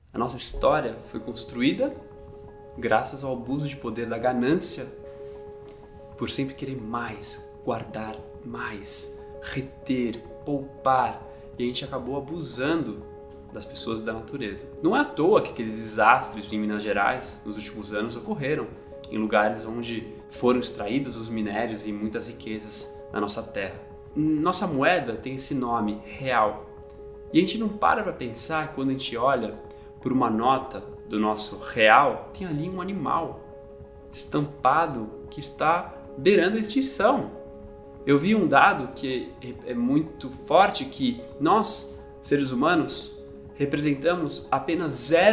A nossa história foi construída graças ao abuso de poder da ganância, por sempre querer mais, guardar mais, reter, poupar, e a gente acabou abusando das pessoas e da natureza. Não é à toa que aqueles desastres em Minas Gerais nos últimos anos ocorreram em lugares onde foram extraídos os minérios e muitas riquezas da nossa terra. Nossa moeda tem esse nome, real. E a gente não para pensar que quando a gente olha por uma nota do nosso real, tem ali um animal estampado que está beirando a extinção. Eu vi um dado que é muito forte, que nós, seres humanos, representamos apenas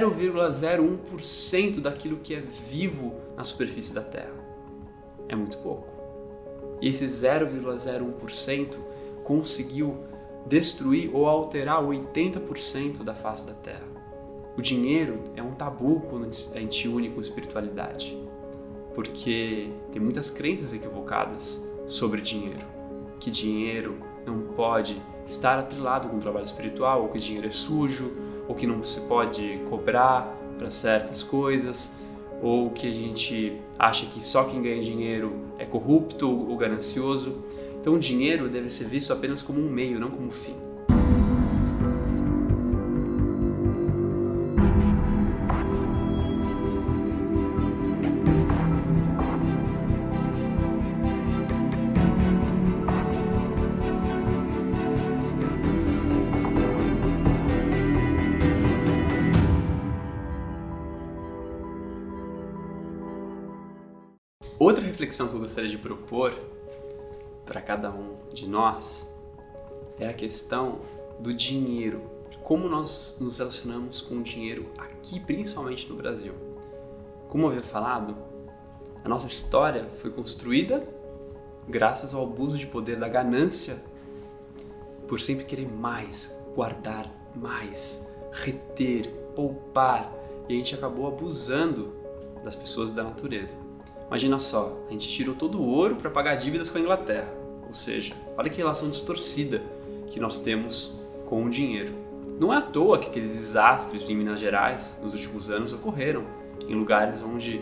0,01% daquilo que é vivo na superfície da Terra. É muito pouco. E esse 0,01% conseguiu destruir ou alterar 80% da face da Terra. O dinheiro é um tabu quando a gente une com espiritualidade, porque tem muitas crenças equivocadas sobre dinheiro, que dinheiro não pode estar atrelado com o trabalho espiritual, ou que dinheiro é sujo, ou que não se pode cobrar para certas coisas, ou que a gente acha que só quem ganha dinheiro é corrupto ou ganancioso. Então o dinheiro deve ser visto apenas como um meio, não como um fim. Outra reflexão que eu gostaria de propor para cada um de nós é a questão do dinheiro, de como nós nos relacionamos com o dinheiro aqui, principalmente no Brasil. Como eu havia falado, a nossa história foi construída graças ao abuso de poder da ganância, por sempre querer mais, guardar mais, reter, poupar, e a gente acabou abusando das pessoas e da natureza. Imagina só, a gente tirou todo o ouro para pagar dívidas com a Inglaterra. Ou seja, olha que relação distorcida que nós temos com o dinheiro. Não é à toa que aqueles desastres em Minas Gerais nos últimos anos ocorreram em lugares onde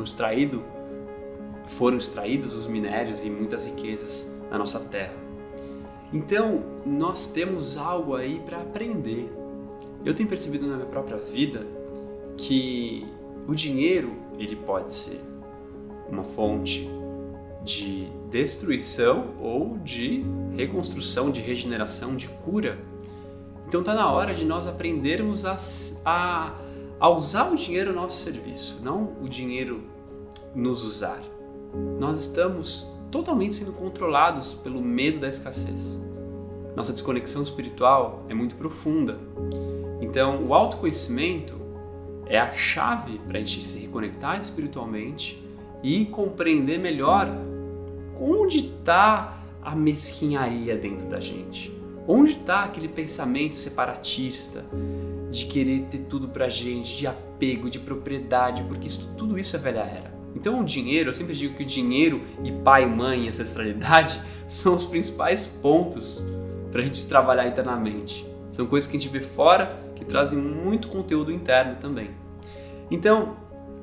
foram extraídos os minérios e muitas riquezas da nossa terra. Então, nós temos algo aí para aprender. Eu tenho percebido na minha própria vida que o dinheiro, ele pode ser uma fonte de destruição ou de reconstrução, de regeneração, de cura. Então está na hora de nós aprendermos a usar o dinheiro a nosso serviço, não o dinheiro nos usar. Nós estamos totalmente sendo controlados pelo medo da escassez. Nossa desconexão espiritual é muito profunda. Então o autoconhecimento é a chave para a gente se reconectar espiritualmente e compreender melhor onde está a mesquinharia dentro da gente. Onde está aquele pensamento separatista de querer ter tudo pra gente, de apego, de propriedade, porque tudo isso é velha era. Então o dinheiro, eu sempre digo que o dinheiro e pai, mãe e ancestralidade são os principais pontos para a gente se trabalhar internamente. São coisas que a gente vê fora que trazem muito conteúdo interno também. Então,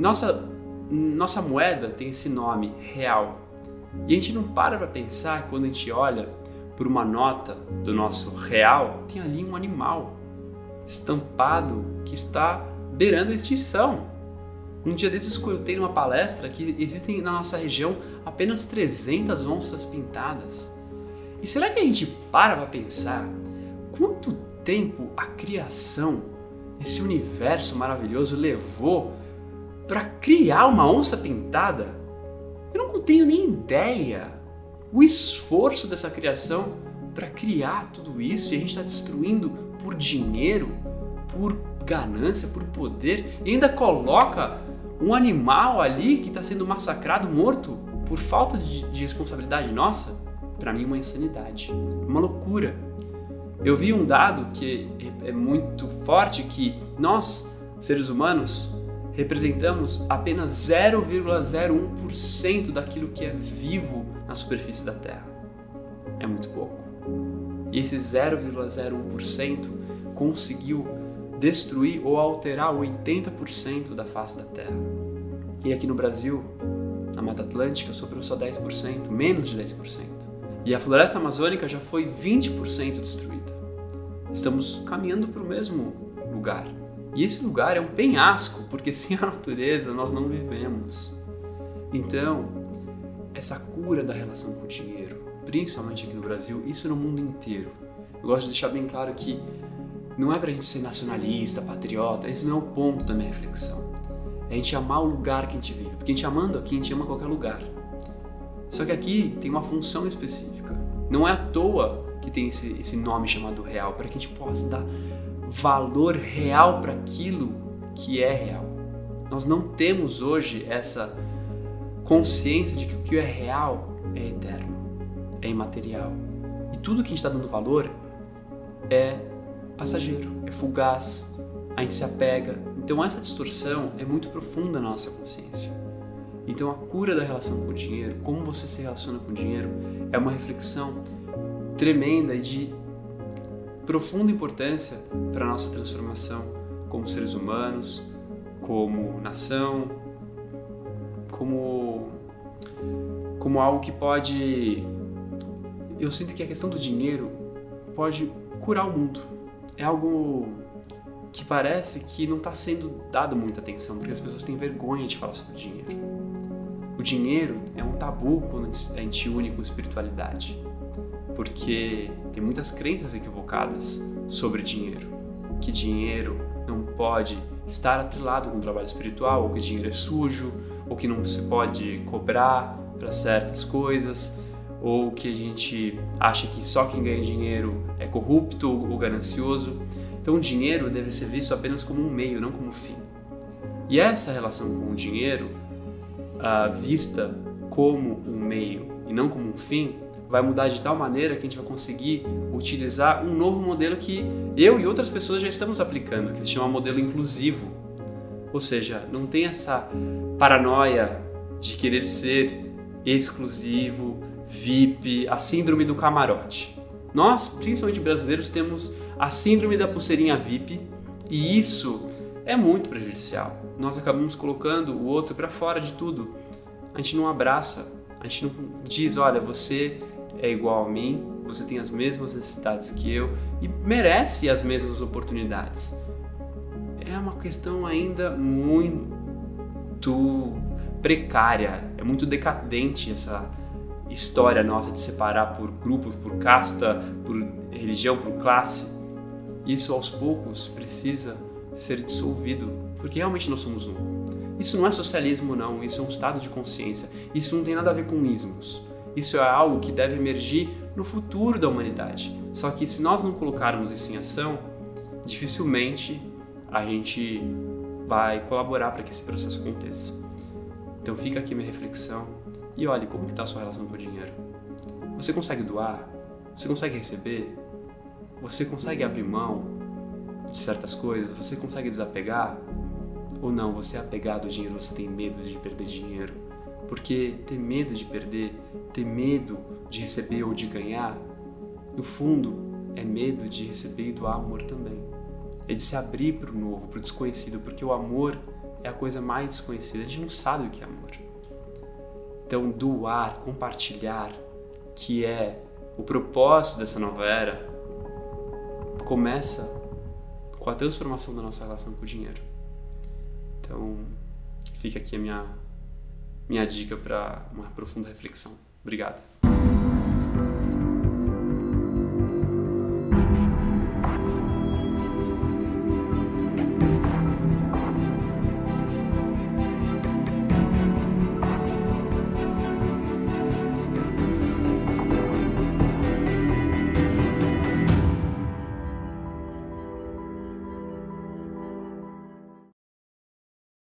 nossa moeda tem esse nome, real. E a gente não para pensar que quando a gente olha por uma nota do nosso real, tem ali um animal estampado que está beirando a extinção. Um dia desses eu escutei numa palestra que existem na nossa região apenas 300 onças pintadas. E será que a gente para pensar quanto tempo a criação, esse universo maravilhoso levou para criar uma onça pintada? Eu não tenho nem ideia o esforço dessa criação para criar tudo isso, e a gente está destruindo por dinheiro, por ganância, por poder, e ainda coloca um animal ali que está sendo massacrado, morto, por falta de responsabilidade nossa. Para mim, uma insanidade, uma loucura. Eu vi um dado que é muito forte, que nós, seres humanos, representamos apenas 0,01% daquilo que é vivo na superfície da Terra. É muito pouco. E esse 0,01% conseguiu destruir ou alterar 80% da face da Terra. E aqui no Brasil, na Mata Atlântica, sobrou só 10%, menos de 10%. E a floresta amazônica já foi 20% destruída. Estamos caminhando para o mesmo lugar. E esse lugar é um penhasco, porque sem a natureza nós não vivemos. Então, essa cura da relação com o dinheiro, principalmente aqui no Brasil, isso no mundo inteiro. Eu gosto de deixar bem claro que não é pra gente ser nacionalista, patriota, esse não é o ponto da minha reflexão. É a gente amar o lugar que a gente vive, porque a gente amando aqui, a gente ama qualquer lugar. Só que aqui tem uma função específica. Não é à toa que tem esse nome chamado real, para que a gente possa dar valor real para aquilo que é real. Nós não temos hoje essa consciência de que o que é real é eterno, é imaterial. E tudo que a gente está dando valor é passageiro, é fugaz, a gente se apega. Então essa distorção é muito profunda na nossa consciência. Então a cura da relação com o dinheiro, como você se relaciona com o dinheiro, é uma reflexão tremenda e de profunda importância para a nossa transformação como seres humanos, como nação, como algo que pode... Eu sinto que a questão do dinheiro pode curar o mundo. É algo que parece que não está sendo dado muita atenção, porque as pessoas têm vergonha de falar sobre o dinheiro. O dinheiro é um tabu quando a gente une com espiritualidade, porque tem muitas crenças equivocadas sobre dinheiro. Que dinheiro não pode estar atrelado com o trabalho espiritual, ou que dinheiro é sujo, ou que não se pode cobrar para certas coisas, ou que a gente acha que só quem ganha dinheiro é corrupto ou ganancioso. Então o dinheiro deve ser visto apenas como um meio, não como um fim. E essa relação com o dinheiro, vista como um meio e não como um fim, vai mudar de tal maneira que a gente vai conseguir utilizar um novo modelo que eu e outras pessoas já estamos aplicando, que se chama modelo inclusivo. Ou seja, não tem essa paranoia de querer ser exclusivo, VIP, a síndrome do camarote. Nós, principalmente brasileiros, temos a síndrome da pulseirinha VIP e isso é muito prejudicial. Nós acabamos colocando o outro para fora de tudo. A gente não abraça, a gente não diz, olha, você é igual a mim, você tem as mesmas necessidades que eu e merece as mesmas oportunidades. É uma questão ainda muito precária, é muito decadente essa história nossa de separar por grupo, por casta, por religião, por classe. Isso aos poucos precisa ser dissolvido, porque realmente nós somos um. Isso não é socialismo não, isso é um estado de consciência, isso não tem nada a ver com ismos. Isso é algo que deve emergir no futuro da humanidade. Só que se nós não colocarmos isso em ação, dificilmente a gente vai colaborar para que esse processo aconteça. Então fica aqui minha reflexão e olhe como que está a sua relação com o dinheiro. Você consegue doar? Você consegue receber? Você consegue abrir mão de certas coisas? Você consegue desapegar? Ou não, você é apegado ao dinheiro, você tem medo de perder dinheiro? Porque ter medo de perder, ter medo de receber ou de ganhar, no fundo, é medo de receber e doar amor também. É de se abrir para o novo, para o desconhecido, porque o amor é a coisa mais desconhecida, a gente não sabe o que é amor. Então, doar, compartilhar, que é o propósito dessa nova era, começa com a transformação da nossa relação com o dinheiro. Então, fica aqui a minha dica para uma profunda reflexão. Obrigado.